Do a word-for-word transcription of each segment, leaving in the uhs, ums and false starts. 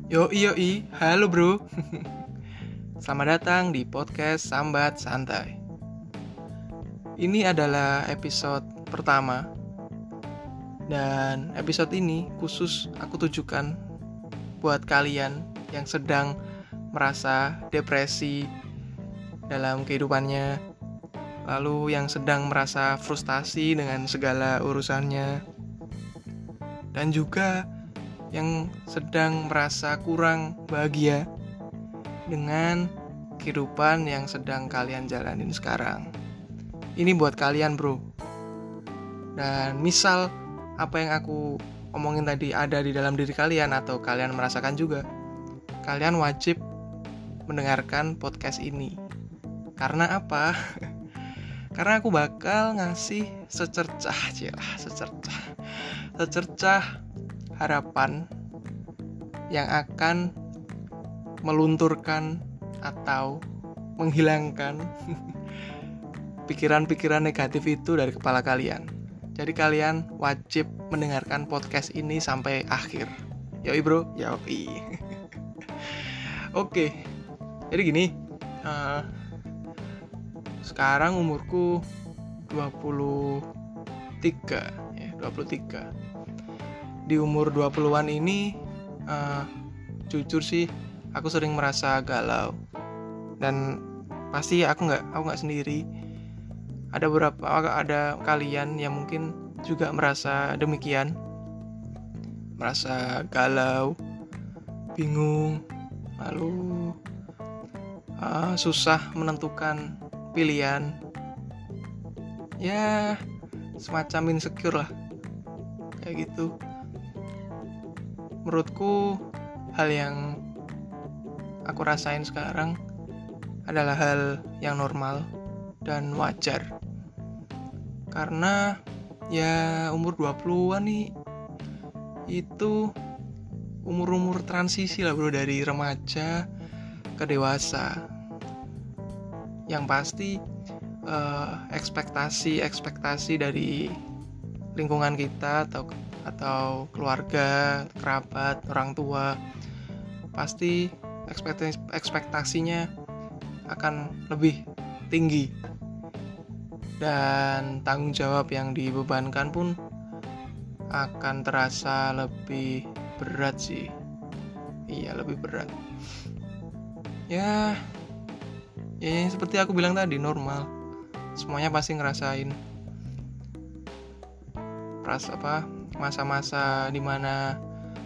Yoi yoi, halo bro. Selamat datang di podcast Sambat Santai. Ini adalah episode pertama. Dan episode ini khusus aku tujukan buat kalian yang sedang merasa depresi dalam kehidupannya, lalu yang sedang merasa frustasi dengan segala urusannya, dan juga yang sedang merasa kurang bahagia dengan kehidupan yang sedang kalian jalanin sekarang. Ini buat kalian bro. Dan misal apa yang aku omongin tadi ada di dalam diri kalian atau kalian merasakan juga, kalian wajib mendengarkan podcast ini. Karena apa? Karena aku bakal ngasih secercah, cilah, secercah, secercah harapan yang akan melunturkan atau menghilangkan pikiran-pikiran negatif itu dari kepala kalian. Jadi kalian wajib mendengarkan podcast ini sampai akhir. Yoi bro, yoi. Oke, jadi gini, uh, sekarang umurku dua puluh tiga, ya, dua puluh tiga. Di umur dua puluhan ini uh, jujur sih aku sering merasa galau. Dan pasti aku nggak aku nggak sendiri. Ada beberapa ada kalian yang mungkin juga merasa demikian. Merasa galau, bingung, lalu uh, susah menentukan pilihan. Ya, semacam insecure lah. Kayak gitu. Menurutku hal yang aku rasain sekarang adalah hal yang normal dan wajar. Karena ya umur dua puluhan nih itu umur-umur transisi lah bro, dari remaja ke dewasa. Yang pasti uh, ekspektasi-ekspektasi dari lingkungan kita atau atau keluarga, kerabat, orang tua, pasti ekspektasi, ekspektasinya akan lebih tinggi. Dan tanggung jawab yang dibebankan pun akan terasa lebih berat sih. Iya, lebih berat. Ya, ya yang seperti aku bilang tadi, normal. Semuanya pasti ngerasain perasa apa masa-masa dimana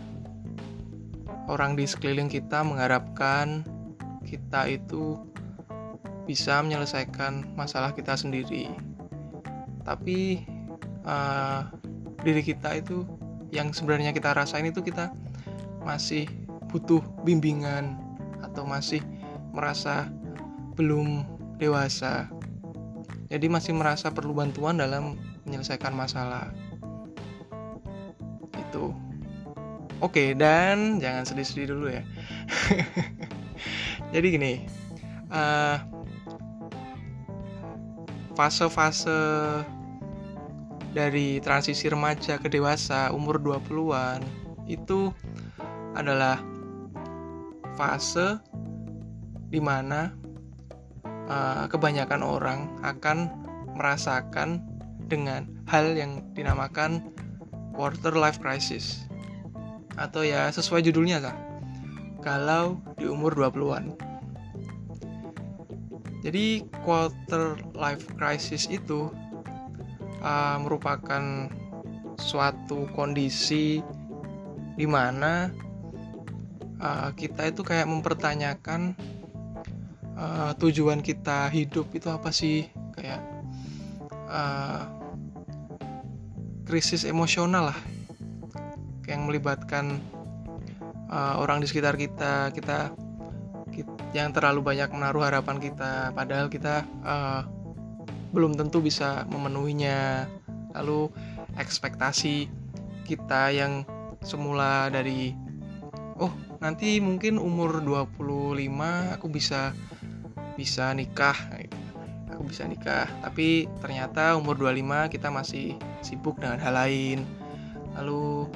orang di sekeliling kita mengharapkan kita itu bisa menyelesaikan masalah kita sendiri. Tapi uh, diri kita itu yang sebenarnya kita rasain itu kita masih butuh bimbingan atau masih merasa belum dewasa. Jadi masih merasa perlu bantuan dalam menyelesaikan masalah. Itu. Oke, dan jangan sedih-sedih dulu ya. Jadi gini, uh, fase-fase dari transisi remaja ke dewasa umur dua puluhan itu adalah fase dimana uh, kebanyakan orang akan merasakan dengan hal yang dinamakan quarter life crisis, atau ya sesuai judulnya lah, galau di umur dua puluhan. Jadi quarter life crisis itu uh, merupakan suatu kondisi di mana uh, kita itu kayak mempertanyakan uh, tujuan kita hidup itu apa sih, kayak uh, krisis emosional lah, yang melibatkan uh, orang di sekitar kita, kita, kita yang terlalu banyak menaruh harapan kita, padahal kita uh, belum tentu bisa memenuhinya. Lalu ekspektasi kita yang semula dari oh nanti mungkin umur dua puluh lima aku bisa bisa nikah, aku bisa nikah, tapi ternyata umur dua puluh lima kita masih sibuk dengan hal lain. Lalu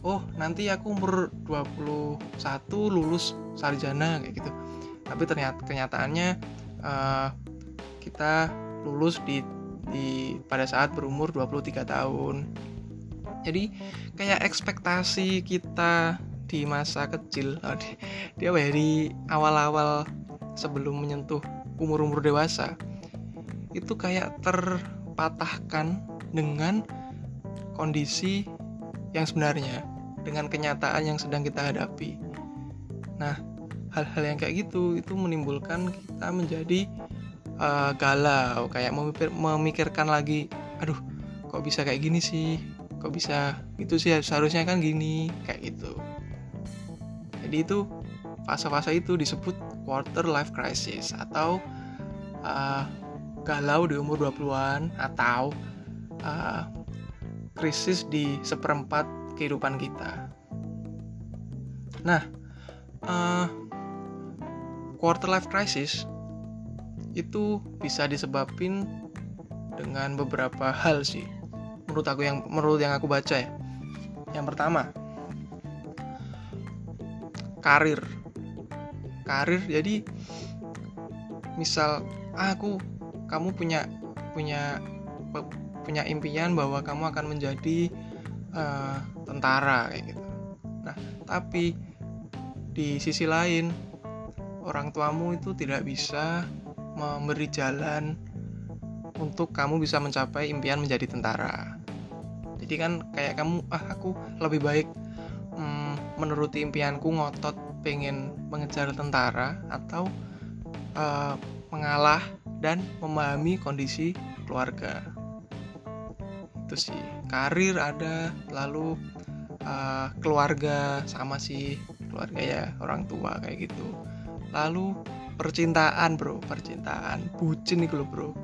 oh nanti aku umur dua puluh satu lulus sarjana kayak gitu. Tapi ternyata kenyataannya uh, kita lulus di di pada saat berumur dua puluh tiga tahun. Jadi kayak ekspektasi kita di masa kecil, oh, di, di apa ya, di awal-awal sebelum menyentuh umur-umur dewasa itu kayak terpatahkan dengan kondisi yang sebenarnya, dengan kenyataan yang sedang kita hadapi. Nah, hal-hal yang kayak gitu itu menimbulkan kita menjadi uh, galau, kayak memikir, memikirkan lagi, aduh kok bisa kayak gini sih, kok bisa gitu sih, seharusnya kan gini, kayak gitu. Jadi itu fase-fase itu disebut quarter life crisis atau uh, galau di umur dua puluhan atau uh, krisis di seperempat kehidupan kita. Nah, uh, quarter life crisis itu bisa disebabkan dengan beberapa hal sih. Menurut aku yang menurut yang aku baca ya. Yang pertama, karir. Karir jadi misal ah, aku kamu punya punya punya impian bahwa kamu akan menjadi uh, tentara kayak gitu. Nah, tapi di sisi lain orang tuamu itu tidak bisa memberi jalan untuk kamu bisa mencapai impian menjadi tentara. Jadi kan kayak kamu, ah aku lebih baik mm, menuruti impianku, ngotot pengen mengejar tentara atau uh, mengalah dan memahami kondisi keluarga. Itu sih, karir ada, lalu uh, keluarga sama sih, keluarga ya orang tua kayak gitu. Lalu percintaan bro, percintaan, bucin itu loh bro.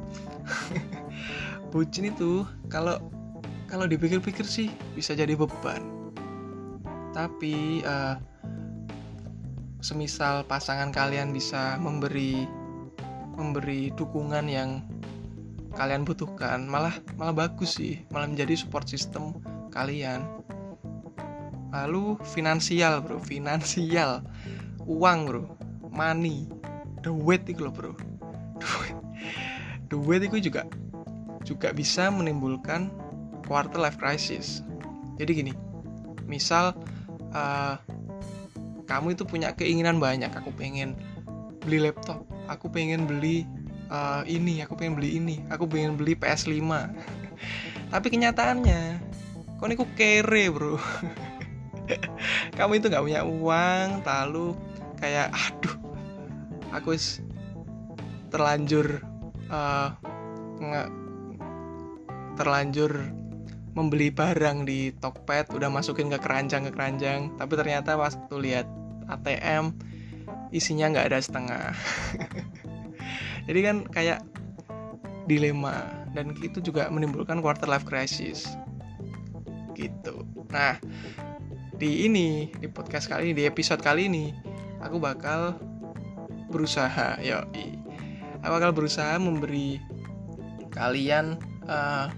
Bucin itu kalau kalau dipikir-pikir sih bisa jadi beban. Tapi uh, semisal pasangan kalian bisa memberi memberi dukungan yang kalian butuhkan, malah malah bagus sih, malah menjadi support system kalian. Lalu finansial bro, finansial, uang bro, money, duit itu loh bro, duit, duit itu juga juga bisa menimbulkan quarter life crisis. Jadi gini, misal uh, kamu itu punya keinginan banyak, aku pengen beli laptop, aku pengen beli uh, ini, aku pengen beli ini, aku pengen beli P S lima. Tapi kenyataannya, kok niku kere bro. Kamu itu nggak punya uang, lalu kayak, aduh, aku is terlanjur uh, nge- terlanjur membeli barang di Tokped, udah masukin ke keranjang ke keranjang, tapi ternyata pas tuh lihat A T M isinya nggak ada setengah. Jadi kan kayak dilema, dan itu juga menimbulkan quarter life crisis gitu. Nah, di ini di podcast kali ini, di episode kali ini aku bakal berusaha yoi aku bakal berusaha memberi kalian uh,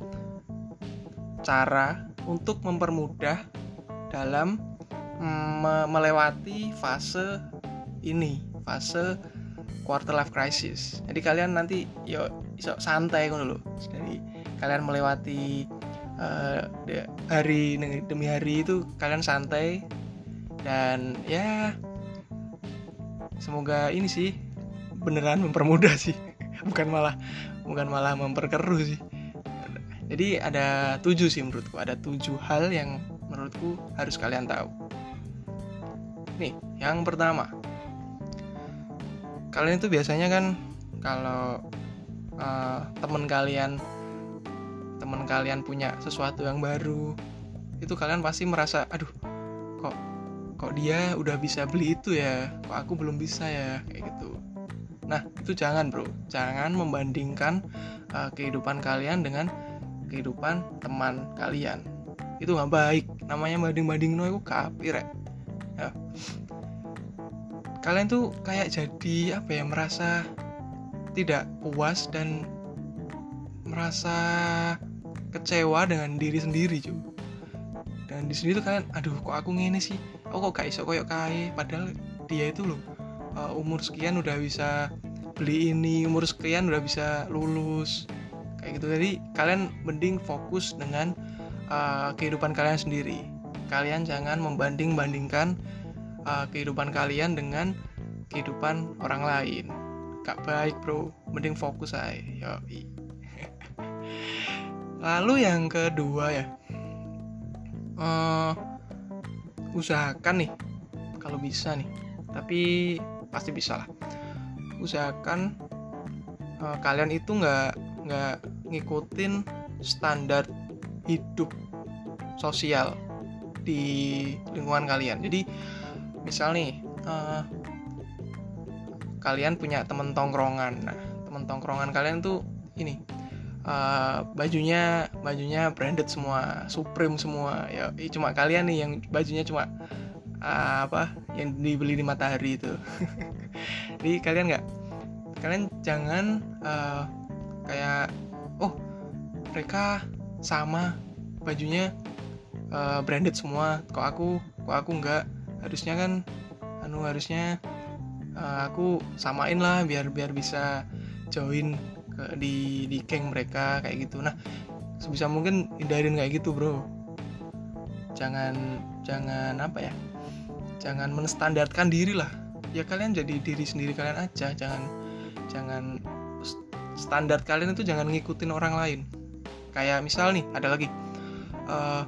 cara untuk mempermudah dalam me- melewati fase ini, fase quarter life crisis. Jadi kalian nanti yo iso santai ngono lho. Jadi kalian melewati uh, de- hari demi hari itu kalian santai, dan ya semoga ini sih beneran mempermudah sih. Bukan malah bukan malah memperkeruh sih. Jadi ada tujuh sih menurutku, ada tujuh hal yang menurutku harus kalian tahu. Nih, yang pertama, kalian itu biasanya kan kalau uh, teman kalian teman kalian punya sesuatu yang baru, itu kalian pasti merasa, aduh, kok kok dia udah bisa beli itu ya, kok aku belum bisa ya, kayak gitu. Nah, itu jangan bro, jangan membandingkan uh, kehidupan kalian dengan kehidupan teman kalian. Itu nggak baik, namanya banding-banding no itu kafir ya. Ya. Kalian tuh kayak jadi apa ya, merasa tidak puas dan merasa kecewa dengan diri sendiri cuy. Dan di sini tuh kalian, aduh kok aku ngene sih, aku kok gak iso koyo kae, padahal dia itu loh uh, umur sekian udah bisa beli ini, umur sekian udah bisa lulus kayak gitu. Jadi kalian mending fokus dengan uh, kehidupan kalian sendiri. Kalian jangan membanding-bandingkan uh, kehidupan kalian dengan kehidupan orang lain. Gak baik bro, mending fokus aja. Yoi. Lalu yang kedua ya, uh, usahakan nih, kalau bisa nih, tapi pasti bisa lah. Usahakan uh, kalian itu nggak nggak ngikutin standar hidup sosial di lingkungan kalian. Jadi misal nih, uh, kalian punya temen tongkrongan. Nah, temen tongkrongan kalian tuh ini. Uh, bajunya bajunya branded semua, Supreme semua ya, cuma kalian nih yang bajunya cuma uh, apa yang dibeli di Matahari itu. Jadi kalian nggak kalian jangan uh, kayak oh mereka sama bajunya uh, branded semua, kok aku kok aku nggak, harusnya kan anu harusnya uh, aku samain lah biar biar bisa join ke, di di geng mereka kayak gitu. Nah, sebisa mungkin hindarin kayak gitu bro. Jangan jangan apa ya? Jangan menstandarkan diri lah. Ya kalian jadi diri sendiri kalian aja. Jangan jangan standar kalian itu jangan ngikutin orang lain. Kayak misal nih ada lagi uh,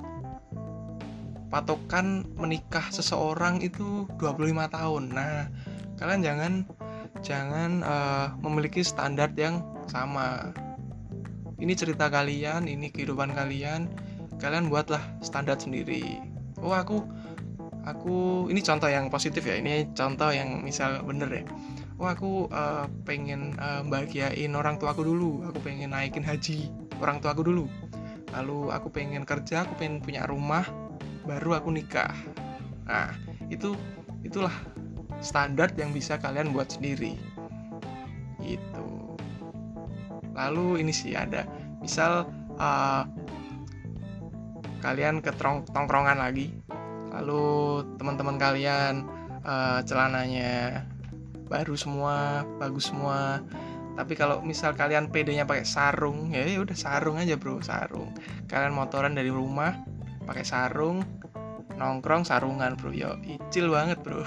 patokan menikah seseorang itu dua puluh lima tahun. Nah, kalian jangan jangan uh, memiliki standar yang sama. Ini cerita kalian, ini kehidupan kalian. Kalian buatlah standar sendiri. Oh aku aku ini contoh yang positif ya. Ini contoh yang misal bener ya. Oh aku uh, pengen uh, bahagiain orang tua aku dulu. Aku pengen naikin haji orang tua aku dulu. Lalu aku pengen kerja, aku pengen punya rumah, baru aku nikah. Nah itu itulah standar yang bisa kalian buat sendiri gitu. Lalu ini sih ada misal uh, kalian ke tongkrongan lagi, lalu teman-teman kalian uh, celananya baru semua, bagus semua, tapi kalau misal kalian pedenya pakai sarung, ya udah sarung aja bro, sarung. Kalian motoran dari rumah pakai sarung, nongkrong sarungan bro, yo icil banget bro.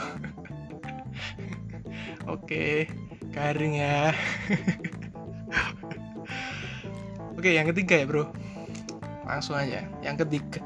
Oke, garing ya. Oke, yang ketiga ya bro. Langsung aja. Yang ketiga,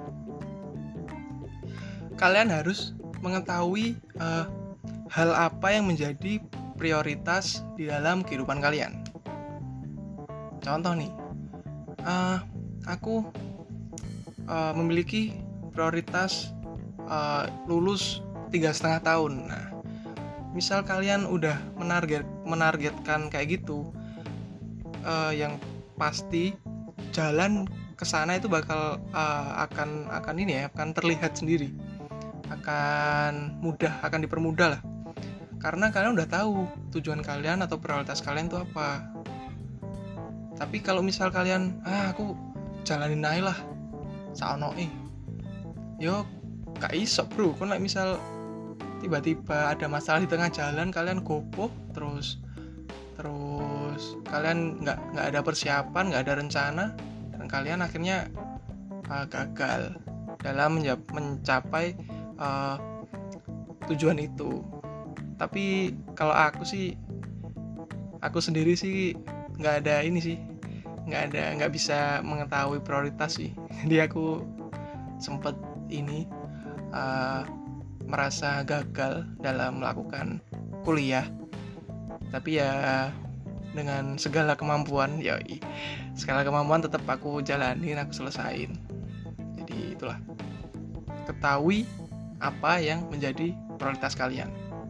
kalian harus mengetahui uh, hal apa yang menjadi prioritas di dalam kehidupan kalian. Contoh nih, uh, aku uh, memiliki prioritas uh, lulus tiga setengah tahun. Nah, misal kalian udah menarget menargetkan kayak gitu, uh, yang pasti jalan ke sana itu bakal uh, akan akan ini ya, akan terlihat sendiri, akan mudah, akan dipermudah lah, karena kalian udah tahu tujuan kalian atau prioritas kalian itu apa. Tapi kalau misal kalian ah aku jalanin aja lah, saono eh, yo gak iso bro, kon like misal tiba-tiba ada masalah di tengah jalan, kalian gopoh terus terus kalian nggak nggak ada persiapan, nggak ada rencana, dan kalian akhirnya uh, gagal dalam mencapai uh, tujuan itu. Tapi kalau aku sih, aku sendiri sih nggak ada ini sih, nggak ada nggak bisa mengetahui prioritas sih. Jadi aku sempet ini uh, merasa gagal dalam melakukan kuliah, tapi ya dengan segala kemampuan, yoi, segala kemampuan tetap aku jalanin, aku selesain. Jadi itulah, ketahui apa yang menjadi prioritas kalian.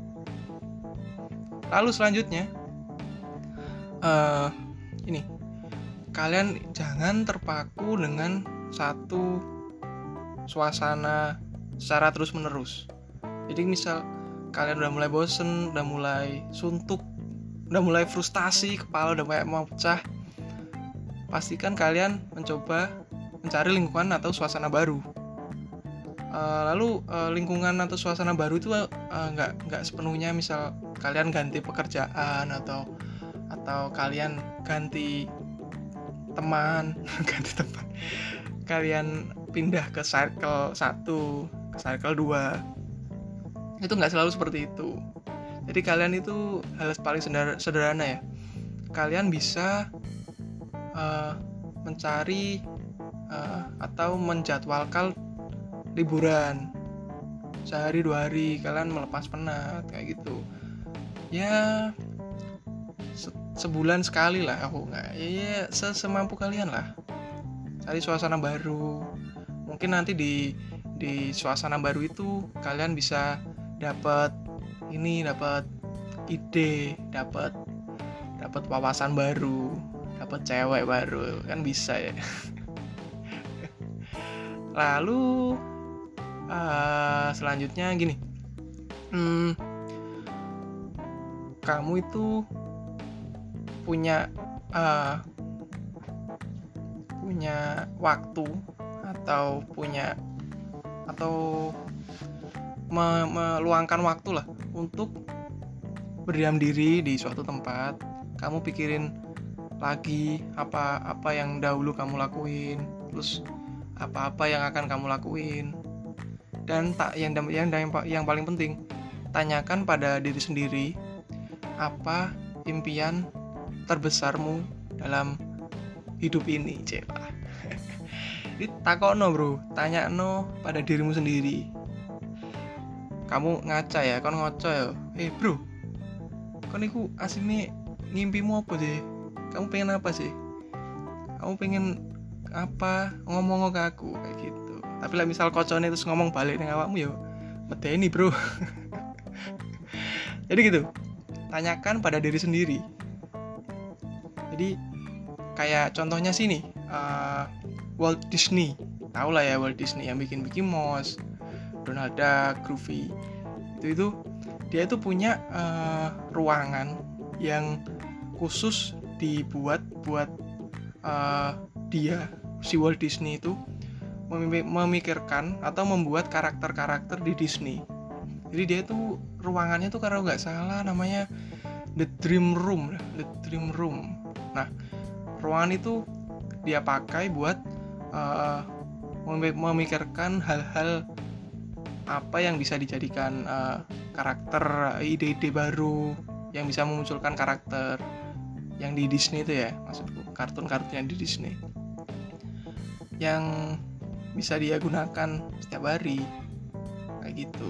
Lalu selanjutnya, uh, ini, kalian jangan terpaku dengan satu suasana secara terus menerus. Jadi misal kalian udah mulai bosen, udah mulai suntuk, udah mulai frustasi, kepala udah kayak mau pecah, pastikan kalian mencoba mencari lingkungan atau suasana baru. Uh, lalu uh, lingkungan atau suasana baru itu uh, nggak nggak sepenuhnya misal kalian ganti pekerjaan atau atau kalian ganti teman ganti teman kalian pindah ke circle satu ke circle dua, itu nggak selalu seperti itu. Jadi kalian itu hal paling sederhana ya, kalian bisa uh, mencari uh, atau menjadwalkan liburan sehari dua hari, kalian melepas penat kayak gitu ya, se- sebulan sekali lah. Aku nggak ya, ya sesemampu kalian lah, cari suasana baru. Mungkin nanti di di suasana baru itu kalian bisa dapat ini, dapat ide, dapat dapat wawasan baru, dapat cewek baru, kan bisa ya. Lalu Uh, selanjutnya gini, hmm, kamu itu punya uh, punya waktu atau punya atau me- meluangkan waktu lah untuk berdiam diri di suatu tempat. Kamu pikirin lagi apa apa yang dahulu kamu lakuin, terus apa-apa yang akan kamu lakuin. Dan tak yang yang yang yang paling penting, tanyakan pada diri sendiri apa impian terbesarmu dalam hidup ini, Cela. Ini takono, Bro. Tanyakno pada dirimu sendiri. Kamu ngaca ya, kon ngoco ya. Eh, Bro. Kon iku asine ngimpimu apa sih? Kamu pengen apa sih? Kamu pengen apa? Ngomong ke aku kayak gitu. Tapi lah misal kocone terus ngomong balik dengan awakmu ya medeni, Bro. Jadi gitu, tanyakan pada diri sendiri. Jadi kayak contohnya sini, uh, Walt Disney, tahu lah ya Walt Disney yang bikin Mickey Mouse, Donald Duck, Goofy. Itu itu dia itu punya uh, ruangan yang khusus dibuat buat uh, dia si Walt Disney itu memikirkan atau membuat karakter-karakter di Disney. Jadi dia tuh ruangannya tuh kalau nggak salah namanya The Dream Room, The Dream Room. Nah, ruangan itu dia pakai buat uh, memikirkan hal-hal apa yang bisa dijadikan uh, karakter, ide-ide baru yang bisa memunculkan karakter yang di Disney itu ya, maksudku kartun-kartun yang di Disney yang bisa dia gunakan setiap hari kayak gitu.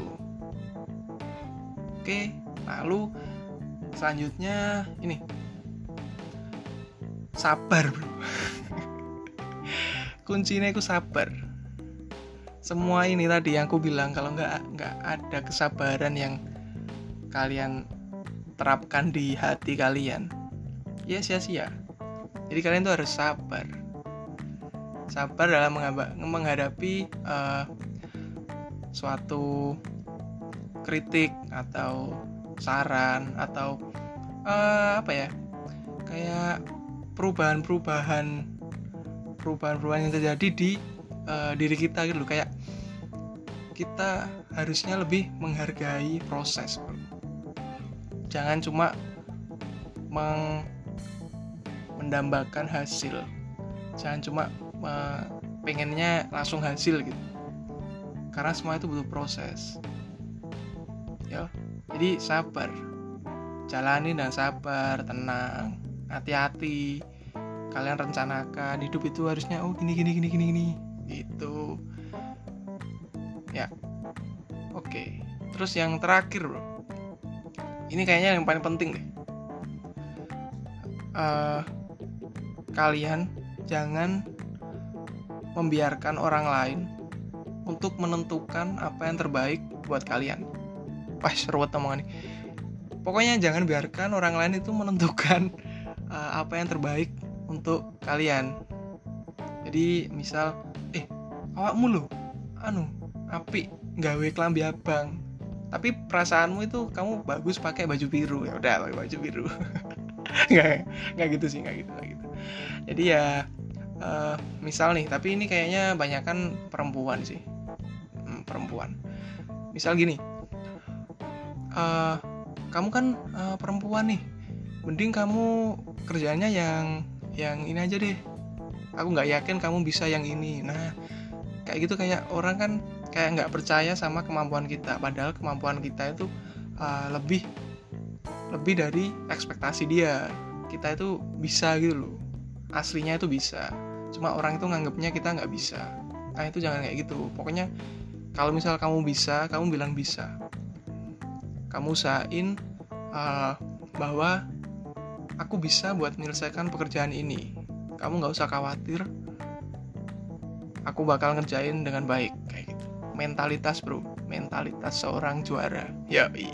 Oke, lalu selanjutnya ini sabar, Bro. Kuncinya itu sabar. Semua ini tadi yang aku bilang, kalau nggak nggak ada kesabaran yang kalian terapkan di hati kalian, ya sia-sia. Jadi kalian tuh harus sabar. Sabar dalam menghadapi uh, suatu kritik atau saran atau uh, apa ya, kayak perubahan-perubahan perubahan-perubahan yang terjadi di uh, diri kita gitu loh. Kayak kita harusnya lebih menghargai proses, bro. Jangan cuma meng- mendambakan hasil. Jangan cuma uh, pengennya langsung hasil gitu. Karena semua itu butuh proses. Ya, jadi sabar. Jalani dan sabar, tenang, hati-hati. Kalian rencanakan hidup itu harusnya oh gini gini gini gini gini gitu. Ya. Oke. Terus yang terakhir, bro. Ini kayaknya yang paling penting deh. Uh, kalian jangan membiarkan orang lain untuk menentukan apa yang terbaik buat kalian. Wah, seru banget omongan ini. Pokoknya jangan biarkan orang lain itu menentukan uh, apa yang terbaik untuk kalian. Jadi misal, eh awakmu lho, anu, apik gawe klambi abang. Tapi perasaanmu itu kamu bagus pakai baju biru, ya udah pakai baju biru. nggak nggak gitu sih, nggak gitu, nggak gitu. Jadi ya uh, misal nih, tapi ini kayaknya banyakan perempuan sih. perempuan. Misal gini, uh, kamu kan uh, perempuan nih, mending kamu kerjanya yang yang ini aja deh, aku nggak yakin kamu bisa yang ini. Nah kayak gitu, kayak orang kan kayak nggak percaya sama kemampuan kita, padahal kemampuan kita itu uh, lebih lebih dari ekspektasi dia. Kita itu bisa gitu loh, aslinya itu bisa, cuma orang itu nganggapnya kita nggak bisa. Nah itu jangan kayak gitu. Pokoknya kalau misal kamu bisa, kamu bilang bisa, kamu usahain uh, bahwa aku bisa buat menyelesaikan pekerjaan ini, kamu nggak usah khawatir, aku bakal ngerjain dengan baik. Kayak gitu, mentalitas bro, mentalitas seorang juara. Yoi.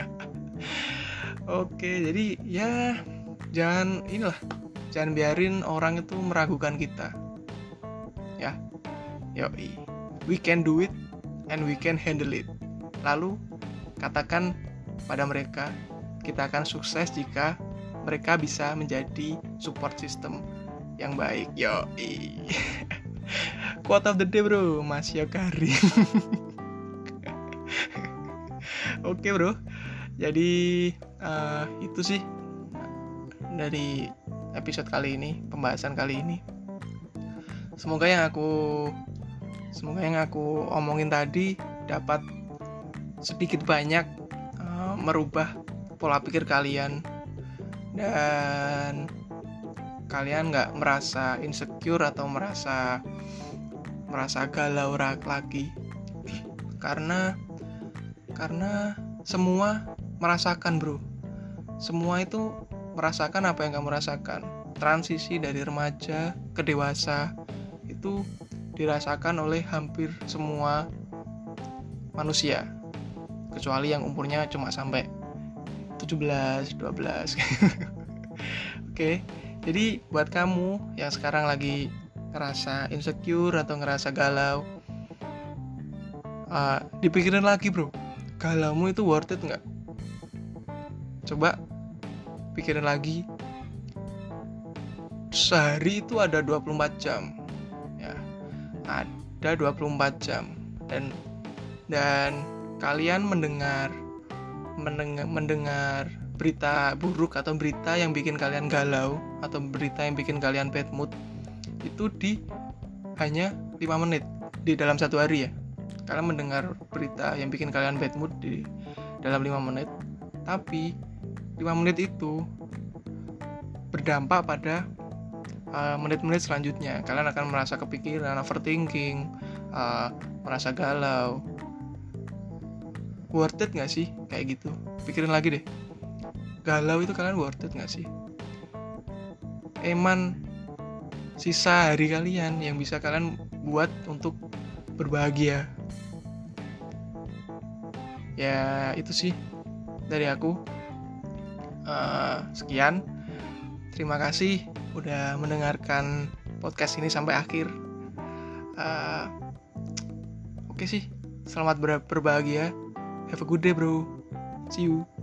Oke, jadi ya jangan inilah, jangan biarin orang itu meragukan kita. Ya, yoi, we can do it and we can handle it. Lalu katakan pada mereka, kita akan sukses jika mereka bisa menjadi support system yang baik. Yoi. Quote of the day bro, Mas Yokari. Oke bro, jadi uh, itu sih dari episode kali ini, pembahasan kali ini. Semoga yang aku semoga yang aku omongin tadi dapat sedikit banyak uh, merubah pola pikir kalian, dan kalian nggak merasa insecure atau merasa merasa galau lagi, karena karena semua merasakan bro, semua itu merasakan apa yang kamu rasakan. Transisi dari remaja ke dewasa itu dirasakan oleh hampir semua manusia, kecuali yang umurnya cuma sampai tujuh belas, dua belas. Oke, jadi buat kamu yang sekarang lagi ngerasa insecure atau ngerasa galau, uh, dipikirin lagi bro, galaumu itu worth it nggak? Coba pikirin lagi. Sehari itu ada dua puluh empat jam, ya, ada dua puluh empat jam, dan dan kalian mendengar mendengar mendengar berita buruk atau berita yang bikin kalian galau atau berita yang bikin kalian bad mood itu di hanya lima menit di dalam satu hari ya. Kalian mendengar berita yang bikin kalian bad mood di dalam lima menit, tapi lima menit itu berdampak pada uh, menit-menit selanjutnya. Kalian akan merasa kepikiran, overthinking, uh, merasa galau. Worth it gak sih kayak gitu? Pikirin lagi deh, galau itu kalian worth it gak sih? Eman sisa hari kalian yang bisa kalian buat untuk berbahagia. Ya itu sih dari aku. uh, Sekian, terima kasih udah mendengarkan podcast ini sampai akhir. uh, Oke sih, selamat ber- berbahagia. Have a good day bro. See you.